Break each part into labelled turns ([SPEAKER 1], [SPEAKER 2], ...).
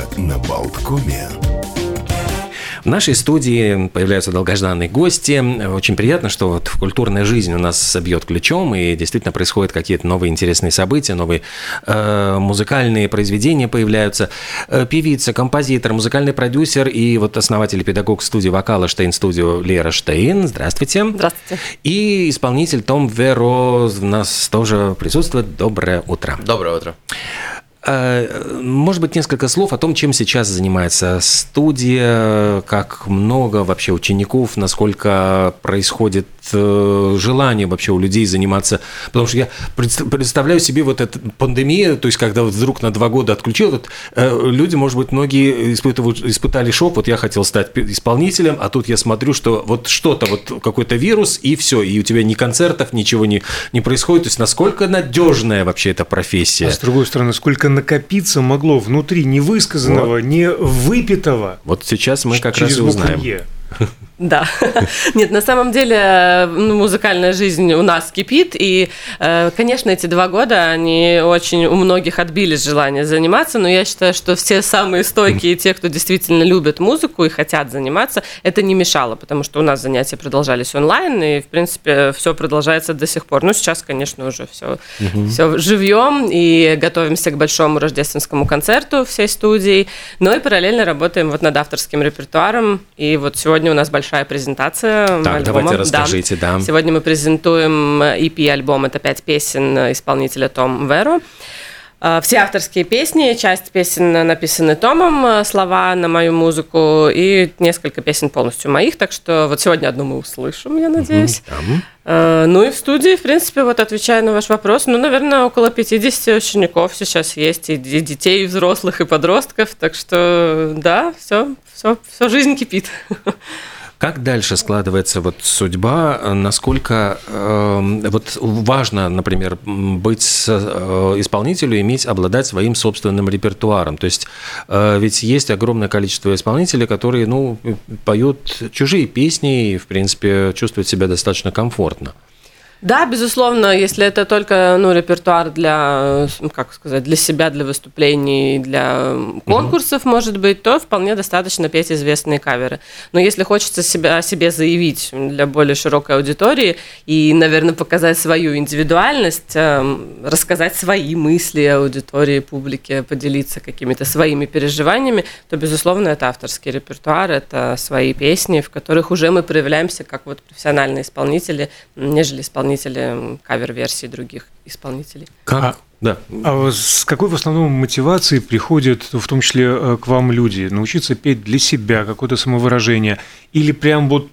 [SPEAKER 1] на Болткоме.
[SPEAKER 2] В нашей студии появляются долгожданные гости. Очень приятно, что вот культурная жизнь у нас бьет ключом, и действительно происходят какие-то новые интересные события, новые музыкальные произведения появляются. Певица, композитор, музыкальный продюсер и вот основатель и педагог студии вокала Штейн Студио Лера Штейн. Здравствуйте.
[SPEAKER 3] Здравствуйте.
[SPEAKER 2] И исполнитель Том Веро у нас тоже присутствует. Доброе утро.
[SPEAKER 4] Доброе утро.
[SPEAKER 2] Может быть, несколько слов о том, чем сейчас занимается студия, как много вообще учеников, насколько происходит желание вообще у людей заниматься. Потому что я представляю себе вот эту пандемию, то есть когда вот вдруг на 2 года отключил, вот, люди, может быть, многие испытали шок, вот я хотел стать исполнителем, а тут я смотрю, что вот что-то, вот какой-то вирус, и все, и у тебя ни концертов, ничего не происходит. То есть насколько надежная вообще эта профессия?
[SPEAKER 5] А с другой стороны, сколько накопиться могло внутри невысказанного, вот, не выпитого.
[SPEAKER 2] Вот сейчас мы как раз и узнаем.
[SPEAKER 3] Да. Нет, на самом деле музыкальная жизнь у нас кипит, и, конечно, эти 2 года, они очень у многих отбили желание заниматься, но я считаю, что все самые стойкие, те, кто действительно любят музыку и хотят заниматься, это не мешало, потому что у нас занятия продолжались онлайн, и, в принципе, все продолжается до сих пор. Ну, сейчас, конечно, уже все живьем и готовимся к большому рождественскому концерту всей студии, но и параллельно работаем вот над авторским репертуаром, и вот сегодня у нас большая презентация
[SPEAKER 2] так,
[SPEAKER 3] альбома.
[SPEAKER 2] Давайте расскажите, да.
[SPEAKER 3] Сегодня мы презентуем EP-альбом, это 5 песен исполнителя Том Веро. Все авторские песни, часть песен написаны Томом, слова на мою музыку, и несколько песен полностью моих, так что вот сегодня одну мы услышим, я надеюсь. Ну и в студии, в принципе, вот отвечая на ваш вопрос, наверное, около 50 учеников сейчас есть, и детей, и взрослых, и подростков, так что, да, все жизнь кипит.
[SPEAKER 2] Как дальше складывается вот судьба? Насколько вот важно, например, быть исполнителю, обладать своим собственным репертуаром? То есть ведь есть огромное количество исполнителей, которые поют чужие песни и, в принципе, чувствуют себя достаточно комфортно.
[SPEAKER 3] Да, безусловно, если это только репертуар для, для себя, для выступлений, для конкурсов, может быть, то вполне достаточно петь известные каверы. Но если хочется о себе заявить для более широкой аудитории и, наверное, показать свою индивидуальность, рассказать свои мысли аудитории, публике, поделиться какими-то своими переживаниями, то, безусловно, это авторский репертуар, это свои песни, в которых уже мы проявляемся как вот профессиональные исполнители, нежели исполнители кавер-версий других исполнителей.
[SPEAKER 2] Да.
[SPEAKER 5] А с какой в основном мотивацией приходят, в том числе к вам, люди? Научиться петь для себя, какое-то самовыражение? Или прям вот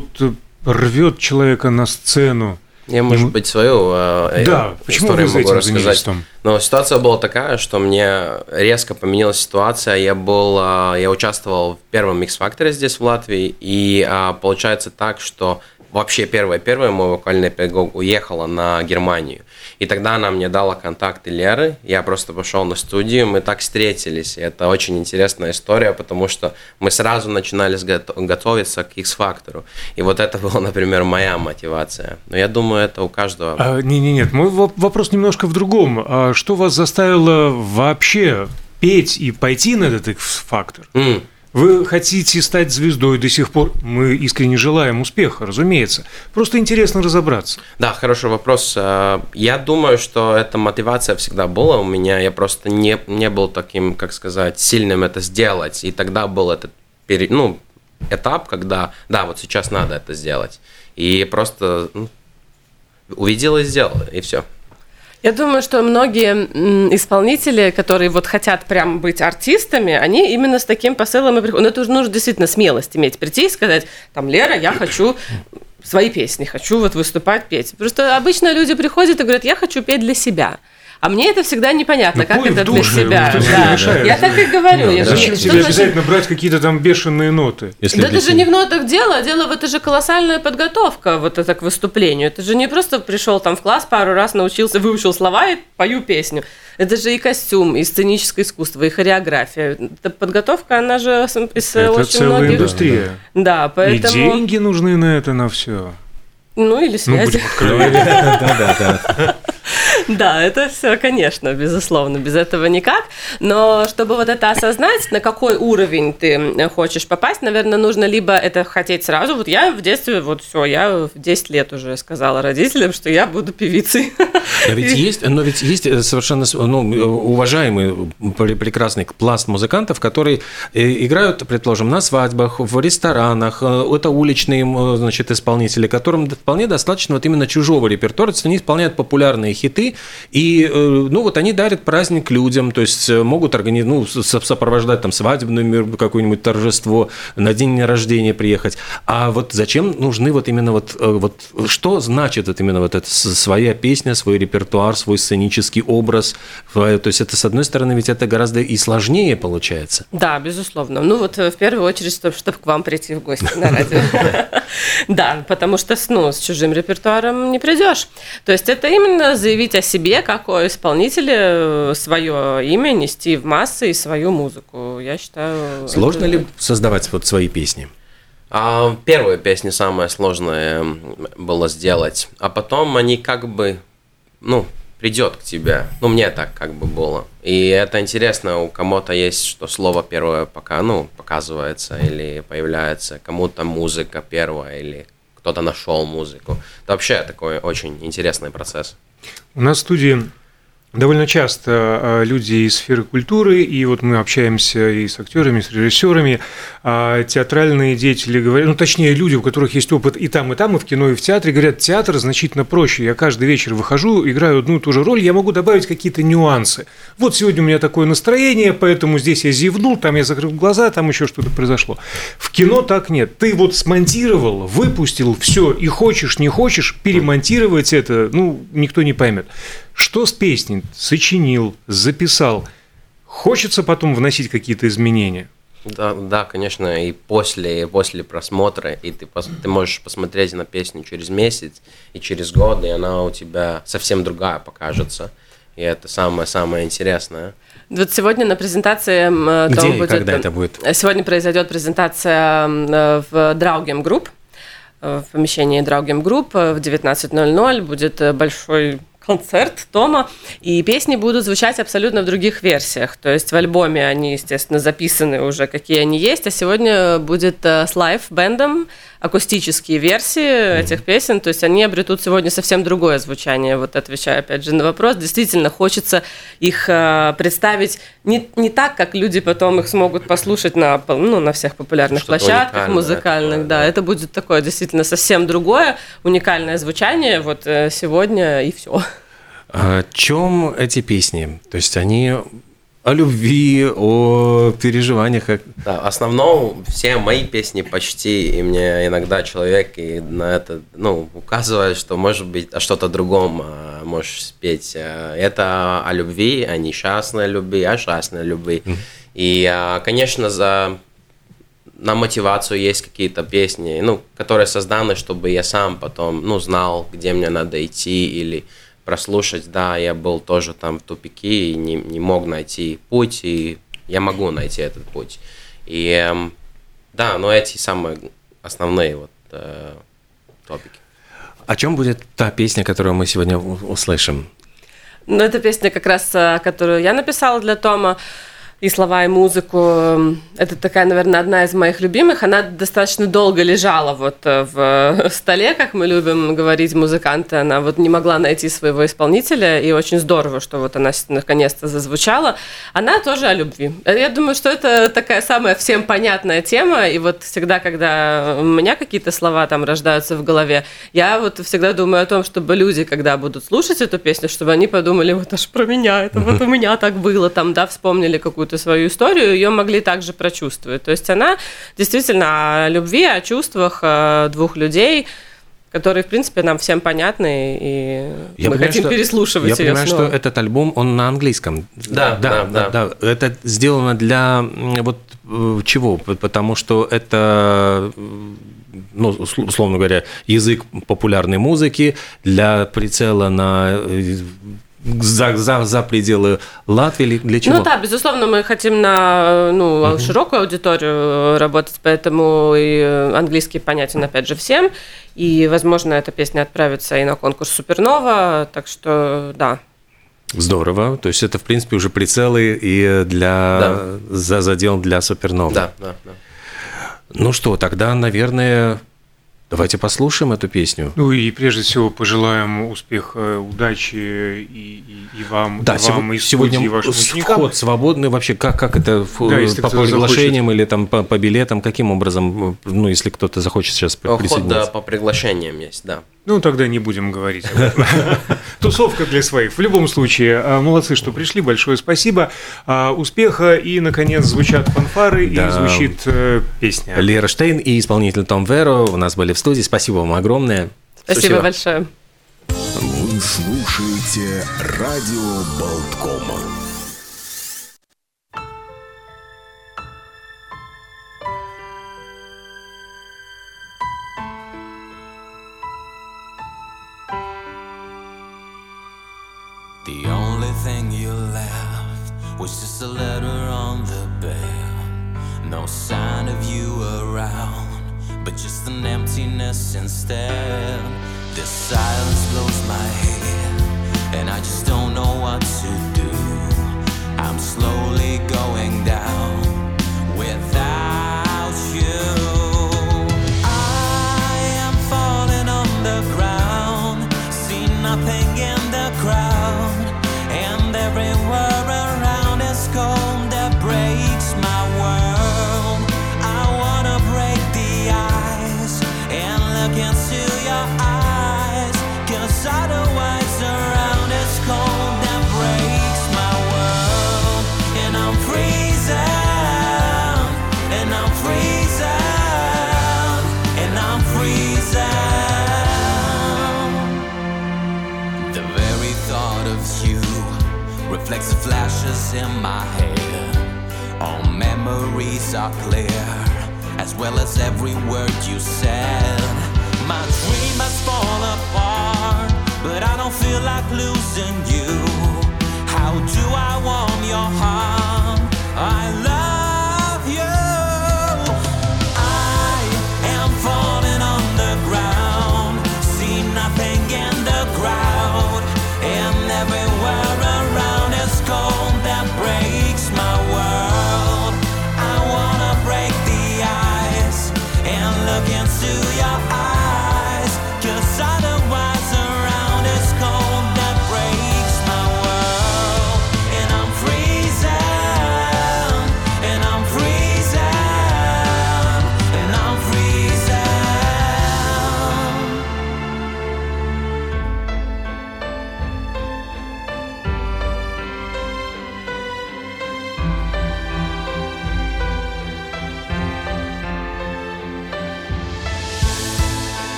[SPEAKER 5] рвет человека на сцену?
[SPEAKER 4] Я, может быть, свою историю могу рассказать. Но ситуация была такая, что мне резко поменялась ситуация. Я участвовал в первом X-Factor здесь, в Латвии, и получается так, что вообще первая мой вокальный педагог уехала на Германию. И тогда она мне дала контакты Леры. Я просто пошел на студию, мы так встретились. И это очень интересная история, потому что мы сразу начинали готовиться к X-Factor. И вот это была, например, моя мотивация. Но я думаю, это у каждого.
[SPEAKER 5] Нет, мой вопрос немножко в другом. Что вас заставило вообще петь и пойти на этот X-Factor? Вы хотите стать звездой до сих пор? Мы искренне желаем успеха, разумеется. Просто интересно разобраться.
[SPEAKER 4] Да, хороший вопрос. Я думаю, что эта мотивация всегда была у меня. Я просто не был таким, сильным это сделать. И тогда был этот этап, когда, вот сейчас надо это сделать. И просто увидел и сделал, и все.
[SPEAKER 3] Я думаю, что многие исполнители, которые хотят прям быть артистами, они именно с таким посылом и приходят. Но это уже нужно действительно смелость иметь, прийти и сказать, Лера, я хочу свои песни, хочу выступать, петь. Просто обычно люди приходят и говорят, я хочу петь для себя. А мне это всегда непонятно, как это для себя. Да. Я так и говорю.
[SPEAKER 5] Зачем тебе обязательно брать какие-то там бешеные ноты?
[SPEAKER 3] Да это же не в нотах дело, это же колоссальная подготовка это к выступлению. Это же не просто пришел в класс, пару раз научился, выучил слова и пою песню. Это же и костюм, и сценическое искусство, и хореография. Эта подготовка, она же из
[SPEAKER 5] это
[SPEAKER 3] очень
[SPEAKER 5] целая
[SPEAKER 3] многих...
[SPEAKER 5] индустрия.
[SPEAKER 3] Да, поэтому...
[SPEAKER 5] И деньги нужны на это, на все.
[SPEAKER 3] Ну, или связи.
[SPEAKER 5] Да.
[SPEAKER 3] Да, это все, конечно, безусловно, без этого никак. Но чтобы вот это осознать, на какой уровень ты хочешь попасть, наверное, нужно либо это хотеть сразу. Вот я в детстве, я в 10 лет уже сказала родителям, что я буду певицей.
[SPEAKER 2] Но ведь есть совершенно уважаемый, прекрасный пласт музыкантов, которые играют, предположим, на свадьбах, в ресторанах. Это уличные, исполнители, которым вполне достаточно вот именно чужого репертуара. Они исполняют популярные хиты, и они дарят праздник людям, то есть могут сопровождать там свадебное какое-нибудь торжество, на день рождения приехать. А вот зачем нужны вот именно что значит вот именно вот эта своя песня, свой репертуар, свой сценический образ? То есть это, с одной стороны, ведь это гораздо и сложнее получается.
[SPEAKER 3] Да, безусловно. В первую очередь, чтобы к вам прийти в гости на радио. Да, потому что с чужим репертуаром не придешь. То есть это именно заявить о себе, как о исполнителе, свое имя нести в массы и свою музыку. Я считаю...
[SPEAKER 2] Сложно ли создавать вот свои песни?
[SPEAKER 4] Первые песни самое сложное было сделать, а потом они придет к тебе. Мне так было. И это интересно, у кого-то есть, что слово первое пока, показывается или появляется, кому-то музыка первая или кто-то нашел музыку. Это вообще такой очень интересный процесс.
[SPEAKER 5] У нас в студии довольно часто люди из сферы культуры, и вот мы общаемся и с актерами, и с режиссерами, театральные деятели говорят, точнее, люди, у которых есть опыт и там, и в кино, и в театре, говорят, театр значительно проще. Я каждый вечер выхожу, играю одну и ту же роль, я могу добавить какие-то нюансы. Вот сегодня у меня такое настроение, поэтому здесь я зевнул, там я закрыл глаза, там еще что-то произошло. В кино так нет. Ты смонтировал, выпустил все, и хочешь, не хочешь, перемонтировать это, никто не поймет. Что с песней? Сочинил, записал. Хочется потом вносить какие-то изменения?
[SPEAKER 4] Да, конечно, и после просмотра, и ты можешь посмотреть на песню через месяц и через год, и она у тебя совсем другая покажется. И это самое интересное.
[SPEAKER 3] Вот сегодня на презентации...
[SPEAKER 2] Где и когда это будет?
[SPEAKER 3] Сегодня произойдет презентация в Draugiem Group, в помещении Draugiem Group в 19:00. Будет большой концерт Тома, и песни будут звучать абсолютно в других версиях. То есть в альбоме они, естественно, записаны уже, какие они есть, а сегодня будет с лайв-бэндом акустические версии этих песен, то есть они обретут сегодня совсем другое звучание. Вот отвечая опять же на вопрос, действительно хочется их представить не так, как люди потом их смогут послушать на всех популярных что-то площадках музыкальных. Такое, да, это будет такое действительно совсем другое, уникальное звучание вот сегодня и все.
[SPEAKER 2] О чем эти песни? То есть они о любви, о переживаниях.
[SPEAKER 4] Да, в основном все мои песни почти, и мне иногда человек и на это указывает, что может быть о что-то другом можешь спеть. Это о любви, о несчастной любви, о счастной любви. И, конечно, на мотивацию есть какие-то песни, которые созданы, чтобы я сам потом знал, где мне надо идти или прослушать, да, я был тоже там в тупике и не мог найти путь, и я могу найти этот путь. И да, но эти самые основные топики.
[SPEAKER 2] О чем будет та песня, которую мы сегодня услышим?
[SPEAKER 3] Это песня как раз, которую я написала для Тома. И слова, и музыку. Это такая, наверное, одна из моих любимых. Она достаточно долго лежала в столе, как мы любим говорить музыканты. Она не могла найти своего исполнителя, и очень здорово, что она наконец-то зазвучала. Она тоже о любви. Я думаю, что это такая самая всем понятная тема, и всегда, когда у меня какие-то слова там рождаются в голове, я всегда думаю о том, чтобы люди, когда будут слушать эту песню, чтобы они подумали, аж про меня, это у меня так было, там, да, вспомнили какую-то свою историю, ее могли также прочувствовать. То есть она действительно о любви, о чувствах двух людей, которые, в принципе, нам всем понятны, и мы хотим переслушивать ее снова.
[SPEAKER 2] Я понимаю, что этот альбом, он на английском.
[SPEAKER 4] Да.
[SPEAKER 2] Это сделано для чего? Потому что это, условно говоря, язык популярной музыки, для прицела на за пределы Латвии? Для чего?
[SPEAKER 3] Ну да, безусловно, мы хотим на широкую аудиторию работать, поэтому и английский понятен, опять же, всем. И, возможно, эта песня отправится и на конкурс «Супернова», так что да.
[SPEAKER 2] Здорово. То есть это, в принципе, уже прицелы и заделан для «Супернова».
[SPEAKER 4] Да.
[SPEAKER 2] Ну что, тогда, наверное, давайте послушаем эту песню.
[SPEAKER 5] Ну и прежде всего пожелаем успеха, удачи и вам,
[SPEAKER 2] да,
[SPEAKER 5] и вам, и
[SPEAKER 2] сегодня
[SPEAKER 5] и вашим ученикам.
[SPEAKER 2] Вход свободный вообще, как это, по приглашениям или там по билетам, каким образом, ну, если кто-то захочет сейчас присоединиться?
[SPEAKER 4] Вход, да, по приглашениям есть, да.
[SPEAKER 5] Ну, тогда не будем говорить об этом. Тусовка для своих. В любом случае, молодцы, что пришли, большое спасибо. Успеха, и, наконец, звучат фанфары, и звучит песня.
[SPEAKER 2] Лера Штейн и исполнитель Том Веро у нас были в студии. Спасибо вам огромное.
[SPEAKER 3] Спасибо большое.
[SPEAKER 1] Вы слушаете радио Болткома.
[SPEAKER 6] The only thing you left was just a letter on the bed. No sign of you around, but just an emptiness instead. This silence blows my head, and I just don't know what to do. I'm slowly going down without you. I am falling on the ground, see nothing in the crowd, and every word around is cold that breaks my world. I wanna break the ice and look into your eyes, 'cause otherwise around is cold that breaks my world. And I'm freezing, and I'm freezing, and I'm freezing. The very thought of you reflects the flashes in my head. All memories are clear, as well as every word you said. My dream has fallen apart, but I don't feel like losing you. How do I warm your heart?